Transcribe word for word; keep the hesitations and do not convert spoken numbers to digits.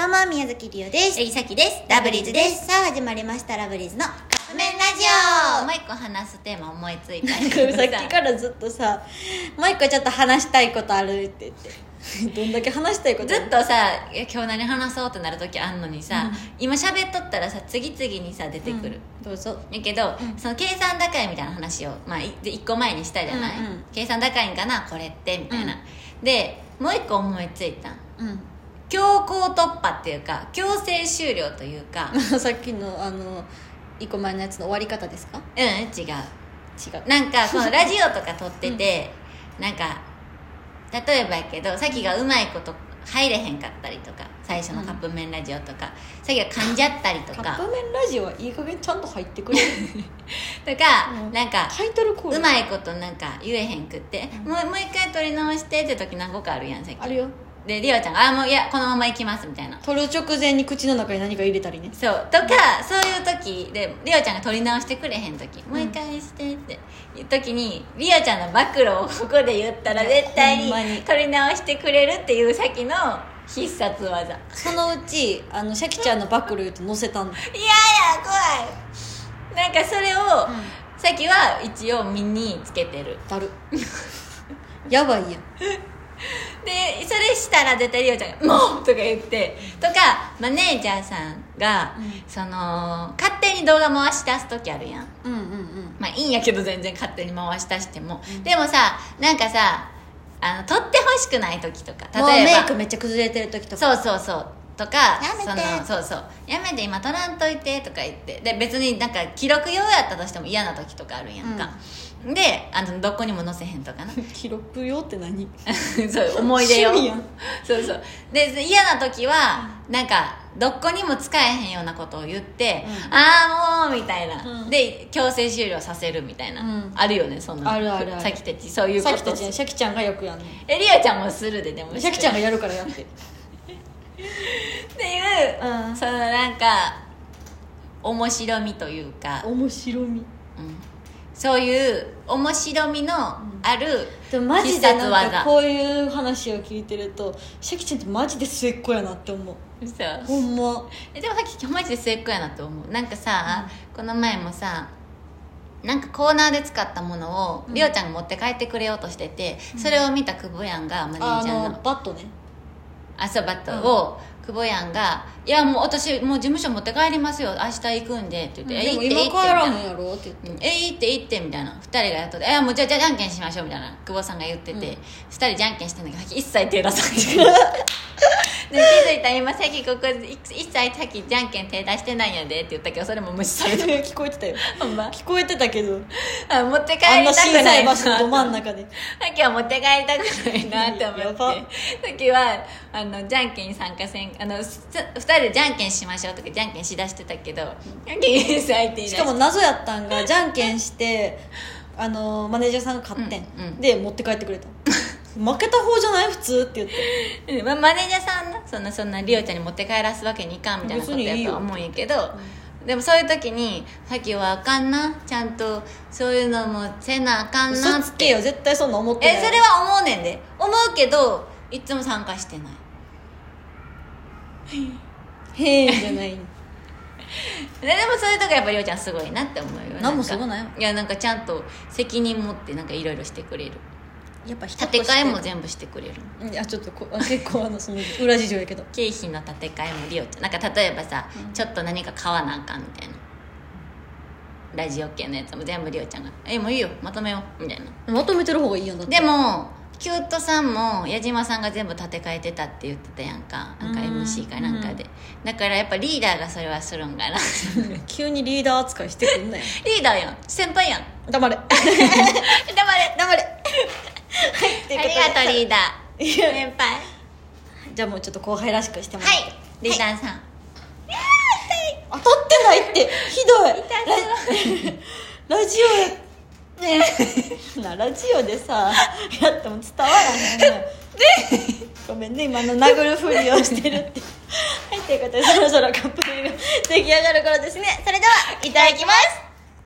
どうも宮崎りおです。 えいさきです。 ラブリーズです。さあ始まりましたラブリーズのカップ麺ラジオ。 もう一個話すテーマ思いついたさっきからずっとさ、もう一個ちょっと話したいことあるって言ってどんだけ話したいことずっとさ、いや今日何話そうってなる時あんのにさ、うん、今喋っとったらさ次々にさ出てくる、 うん、どうぞ。 やけど、うん、その計算高いみたいな話を、まあ、いっこまえにしたじゃない、うんうん、計算高いんかなこれってみたいな、うん、でもう一個思いついた、うん強行突破っていうか強制終了というかさっきのあのいっこまえのやつの終わり方ですか？ うん違う違うなんかこのラジオとか撮ってて、うん、なんか例えばやけどさっきがうまいこと入れへんかったりとか最初のカップ麺ラジオとか、うん、さっきが噛んじゃったりとかカップ麺ラジオはいい加減ちゃんと入ってくれるとか、うん、なんかタイトルコールうまいことなんか言えへんくって、うん、もうもう一回撮り直してって時何個かあるやんさっきあるよでリオちゃんが「あもういやこのまま行きます」みたいな撮る直前に口の中に何か入れたりねそうとか、うん、そういう時でリオちゃんが撮り直してくれへん時、うん、もう一回してっていう時にリオちゃんの暴露をここで言ったら絶対に撮り直してくれるっていう先の必殺技そのうちあのシャキちゃんの暴露言うと載せたんだいやいや怖いなんかそれを、うん、さっきは一応身につけてるだるやばいやんでそれしたら絶対リオちゃんが「もう!」とか言ってとかマネージャーさんが、うん、その勝手に動画回し出す時あるやん、うんうんうん、まあいいんやけど全然勝手に回し出しても、うん、でもさなんかさあの撮ってほしくない時とか例えばもうメイクめっちゃ崩れてる時とかそうそうそうとかやめてそのそうそうやめて今撮らんといてとか言ってで別になんか記録用やったとしても嫌な時とかあるやんか、うん、であのどこにも載せへんとかな記録用って何そう思い出よ趣味やんそうそうで嫌な時はなんかどこにも使えへんようなことを言って、うん、ああもうみたいな、うん、で強制終了させるみたいな、うん、あるよねそんなあるあるあるさきたちそういうことさきたちシャキちゃんがよくやんねえリアちゃんもするででもシャキちゃんがやるからやってっていう、うん、そのなんか面白みというか面白み、うん、 そういう面白みのあるでもマジでなんかこういう話を聞いてるとシャキちゃんってマジで末っ子やなって思うそうほんまえでもさっきマジで末っ子やなって思うなんかさ、うん、この前もさなんかコーナーで使ったものを、うん、リオちゃんが持って帰ってくれようとしてて、うん、それを見た久保やんがマネージャーのあのバットねあそうバットを、うん、久保やんが「いやもう私もう事務所持って帰りますよ明日行くんで」って言って「 うん、 えでも今帰らへんやろ」って言って 「え行って行って」みたいなふたりがやっとって「えもうじゃあじゃじゃんけんしましょう」みたいな久保さんが言ってて、うん、ふたりじゃんけんしてんだけど一切手出さないで気づいたら今さっきここ一切さっきじゃんけん手出してないんやでって言ったけどそれも無視された聞こえてたよほんま聞こえてたけどあ持って帰りたくないあんな小さい場所のど真ん中でさっきは持って帰りたくないなって思ってさっきはあのじゃんけんに参加せんあのふたりでじゃんけんしましょうとかじゃんけんしだしてたけど、うん、 しかも謎やったんがじゃんけんしてあのマネージャーさんが買ってん、うんうん、で持って帰ってくれた負けた方じゃない普通って言って、 まあ、マネージャーさんなそんなそんなリオちゃんに持って帰らすわけにいかんみたいなことやと思うんやけど、うん、でもそういう時にさっきはあかんなちゃんとそういうのもせなあかんなって嘘つけよ絶対そんな思ってないえそれは思うねんで思うけどいつも参加してないへえじゃないでもそういうとこやっぱりリオちゃんすごいなって思うよ何もすごないいやなんかちゃんと責任持ってなんかいろいろしてくれるやっぱ建て替えも全部してくれるいやちょっとこ結構あのその裏事情やけど経費の建て替えもリオちゃんなんか例えばさ、うん、ちょっと何か買わなあかんみたいなラジオ系のやつも全部リオちゃんが「えもういいよまとめよう」みたいなまとめてる方がいいやんだってでもキュートさんも矢島さんが全部建て替えてたって言ってたやんかなんか エムシー かなんかでだからやっぱリーダーがそれはするんかな急にリーダー扱いしてくんなよリーダーやん先輩やん黙れ黙れ黙れはいありがとうリーダー先輩じゃあもうちょっと後輩らしくしてもらってはいリーダーさん、はい、 当たってないってひどいラ, ラジオやねなラジオでさやっても伝わらへんねごめんね今の殴るふりをしてるってはいということでそろそろカップルが出来上がる頃ですねそれではいただきます